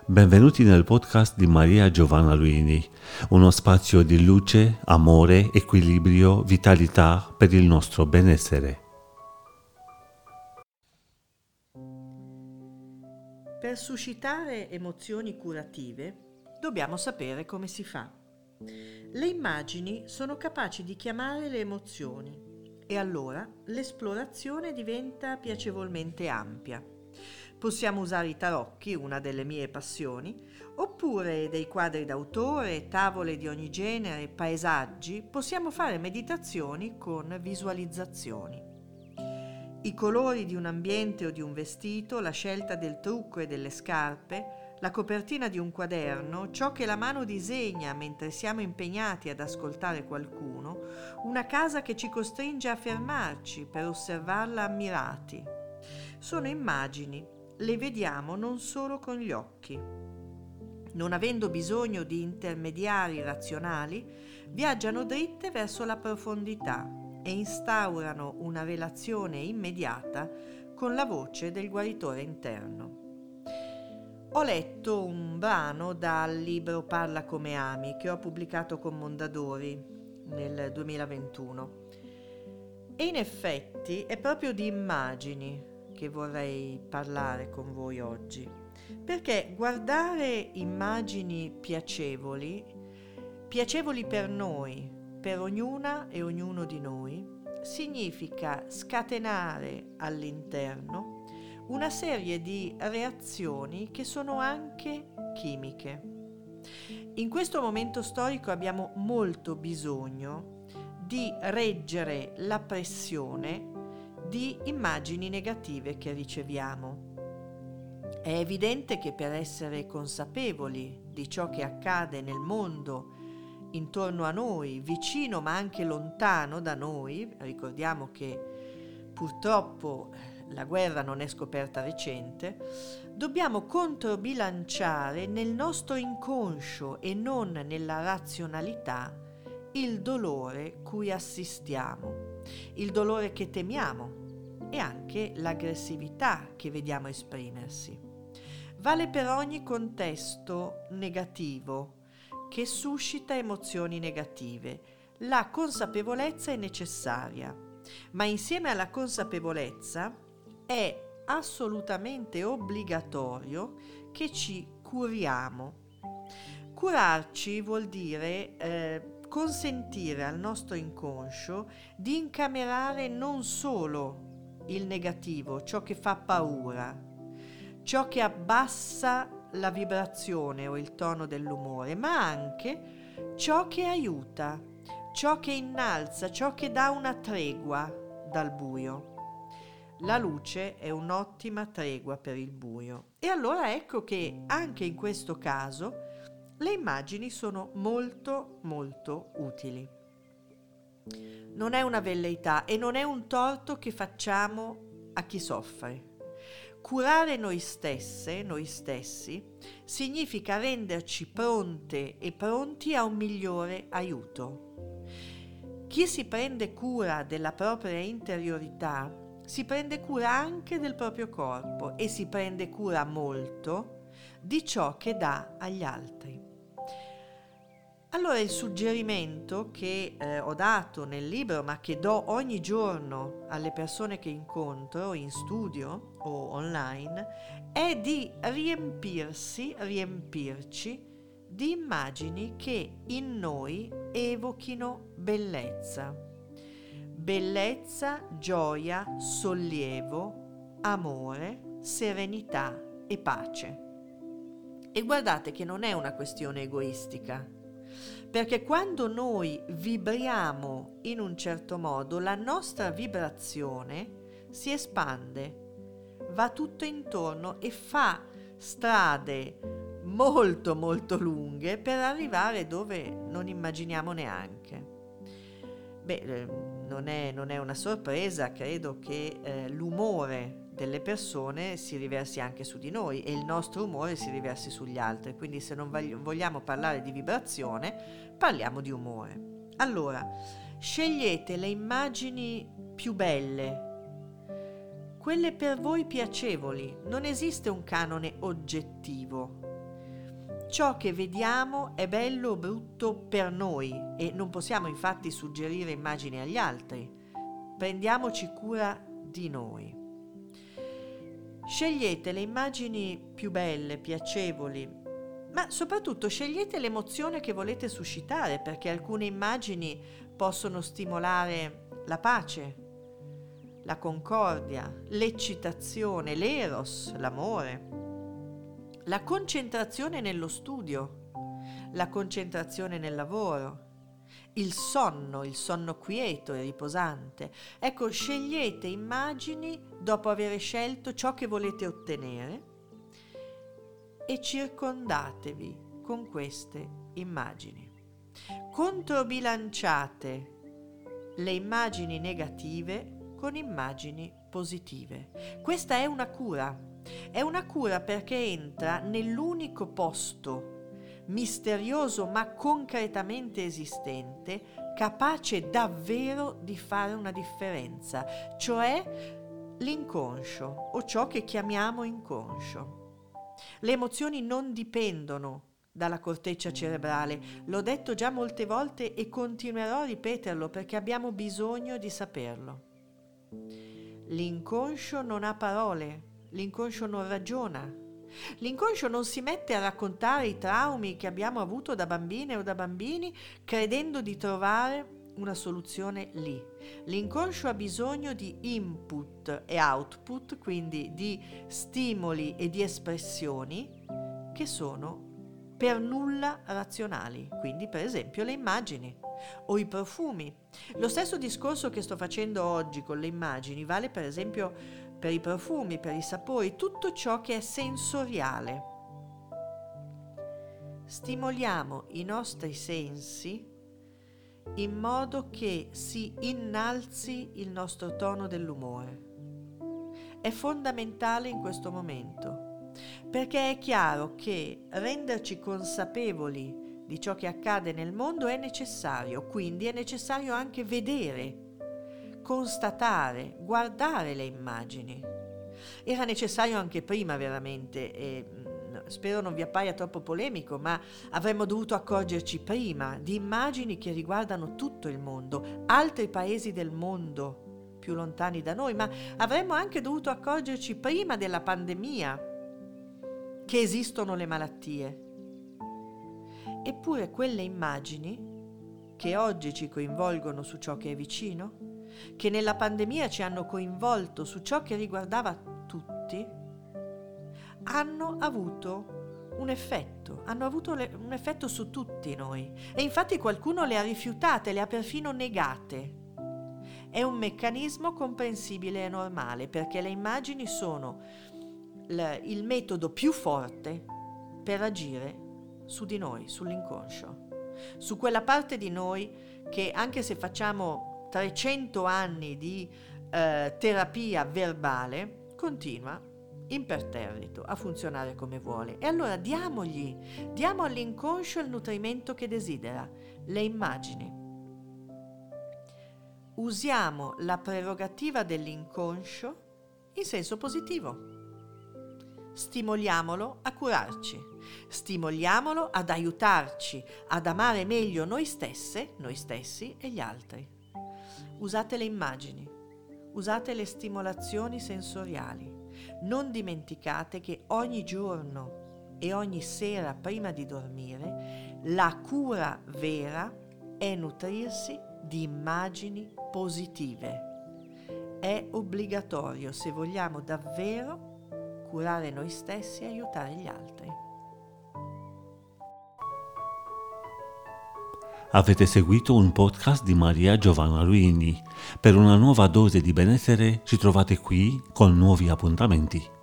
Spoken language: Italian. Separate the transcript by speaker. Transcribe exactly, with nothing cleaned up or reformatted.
Speaker 1: Benvenuti nel podcast di Maria Giovanna Luini, uno spazio di luce, amore, equilibrio, vitalità per il nostro benessere.
Speaker 2: Per suscitare emozioni curative dobbiamo sapere come si fa. Le immagini sono capaci di chiamare le emozioni e allora l'esplorazione diventa piacevolmente ampia. Possiamo usare i tarocchi, una delle mie passioni, oppure dei quadri d'autore, tavole di ogni genere, paesaggi. Possiamo fare meditazioni con visualizzazioni. I colori di un ambiente o di un vestito, la scelta del trucco e delle scarpe, la copertina di un quaderno, ciò che la mano disegna mentre siamo impegnati ad ascoltare qualcuno, una casa che ci costringe a fermarci per osservarla ammirati. Sono immagini. Le vediamo non solo con gli occhi. Non avendo bisogno di intermediari razionali, viaggiano dritte verso la profondità e instaurano una relazione immediata con la voce del guaritore interno. Ho letto un brano dal libro Parla come ami, che ho pubblicato con Mondadori nel duemilaventuno. E in effetti è proprio di immagini che vorrei parlare con voi oggi, perché guardare immagini piacevoli, piacevoli per noi, per ognuna e ognuno di noi, significa scatenare all'interno una serie di reazioni che sono anche chimiche. In questo momento storico abbiamo molto bisogno di reggere la pressione di immagini negative che riceviamo. È evidente che per essere consapevoli di ciò che accade nel mondo intorno a noi, vicino ma anche lontano da noi, ricordiamo che purtroppo la guerra non è scoperta recente, dobbiamo controbilanciare nel nostro inconscio e non nella razionalità il dolore cui assistiamo, il dolore che temiamo e anche l'aggressività che vediamo esprimersi. Vale per ogni contesto negativo che suscita emozioni negative. La consapevolezza è necessaria, ma insieme alla consapevolezza è assolutamente obbligatorio che ci curiamo. Curarci vuol dire eh, consentire al nostro inconscio di incamerare non solo il negativo, ciò che fa paura, ciò che abbassa la vibrazione o il tono dell'umore, ma anche ciò che aiuta, ciò che innalza, ciò che dà una tregua dal buio. La luce è un'ottima tregua per il buio. E allora ecco che anche in questo caso le immagini sono molto molto utili. Non è una velleità e non è un torto che facciamo a chi soffre. Curare noi stesse, noi stessi, significa renderci pronte e pronti a un migliore aiuto. Chi si prende cura della propria interiorità si prende cura anche del proprio corpo e si prende cura molto di ciò che dà agli altri. Allora il suggerimento che eh, ho dato nel libro, ma che do ogni giorno alle persone che incontro in studio o online, è di riempirsi, riempirci di immagini che in noi evochino bellezza. Bellezza, gioia, sollievo, amore, serenità e pace. E guardate che non è una questione egoistica. Perché quando noi vibriamo in un certo modo, la nostra vibrazione si espande, va tutto intorno e fa strade molto molto lunghe per arrivare dove non immaginiamo neanche. Beh, non è, non è una sorpresa, credo che eh, l'umore delle persone si riversi anche su di noi e il nostro umore si riversi sugli altri, quindi se non vogliamo parlare di vibrazione, parliamo di umore. Allora, scegliete le immagini più belle, quelle per voi piacevoli. Non esiste un canone oggettivo. ciò che vediamo è bello o brutto per noi e non possiamo infatti suggerire immagini agli altri. Prendiamoci cura di noi. Scegliete le immagini più belle, piacevoli, ma soprattutto scegliete l'emozione che volete suscitare, perché alcune immagini possono stimolare la pace, la concordia, l'eccitazione, l'eros, l'amore, la concentrazione nello studio, la concentrazione nel lavoro, il sonno, il sonno quieto e riposante. Ecco, scegliete immagini dopo aver scelto ciò che volete ottenere e circondatevi con queste immagini. Controbilanciate le immagini negative con immagini positive. Questa è una cura, è una cura perché entra nell'unico posto misterioso ma concretamente esistente, capace davvero di fare una differenza, cioè l'inconscio o ciò che chiamiamo inconscio. Le emozioni non dipendono dalla corteccia cerebrale, l'ho detto già molte volte e continuerò a ripeterlo perché abbiamo bisogno di saperlo. L'inconscio non ha parole, l'inconscio non ragiona, l'inconscio non si mette a raccontare i traumi che abbiamo avuto da bambine o da bambini credendo di trovare una soluzione lì. L'inconscio ha bisogno di input e output, quindi di stimoli e di espressioni che sono per nulla razionali, quindi per esempio le immagini o i profumi. Lo stesso discorso che sto facendo oggi con le immagini vale per esempio per i profumi, per i sapori, tutto ciò che è sensoriale. Stimoliamo i nostri sensi in modo che si innalzi il nostro tono dell'umore. È fondamentale in questo momento, perché è chiaro che renderci consapevoli di ciò che accade nel mondo è necessario, quindi è necessario anche vedere, constatare, guardare le immagini. Era necessario anche prima veramente, e spero non vi appaia troppo polemico, ma avremmo dovuto accorgerci prima di immagini che riguardano tutto il mondo, altri paesi del mondo più lontani da noi, ma avremmo anche dovuto accorgerci prima della pandemia che esistono le malattie. Eppure quelle immagini che oggi ci coinvolgono su ciò che è vicino, che nella pandemia ci hanno coinvolto su ciò che riguardava tutti, hanno avuto un effetto, hanno avuto le, un effetto su tutti noi e infatti qualcuno le ha rifiutate, le ha perfino negate. È un meccanismo comprensibile e normale perché le immagini sono l, il metodo più forte per agire su di noi, sull'inconscio, su quella parte di noi che anche se facciamo trecento anni di eh, terapia verbale continua imperterrito a funzionare come vuole. E allora diamogli, diamo all'inconscio il nutrimento che desidera, le immagini. Usiamo la prerogativa dell'inconscio in senso positivo. Stimoliamolo a curarci, stimoliamolo ad aiutarci ad amare meglio noi stesse, noi stessi e gli altri. Usate le immagini, usate le stimolazioni sensoriali. Non dimenticate che ogni giorno e ogni sera prima di dormire la cura vera è nutrirsi di immagini positive. È obbligatorio se vogliamo davvero curare noi stessi e aiutare gli altri.
Speaker 1: Avete seguito un podcast di Maria Giovanna Luini. Per una nuova dose di benessere ci trovate qui con nuovi appuntamenti.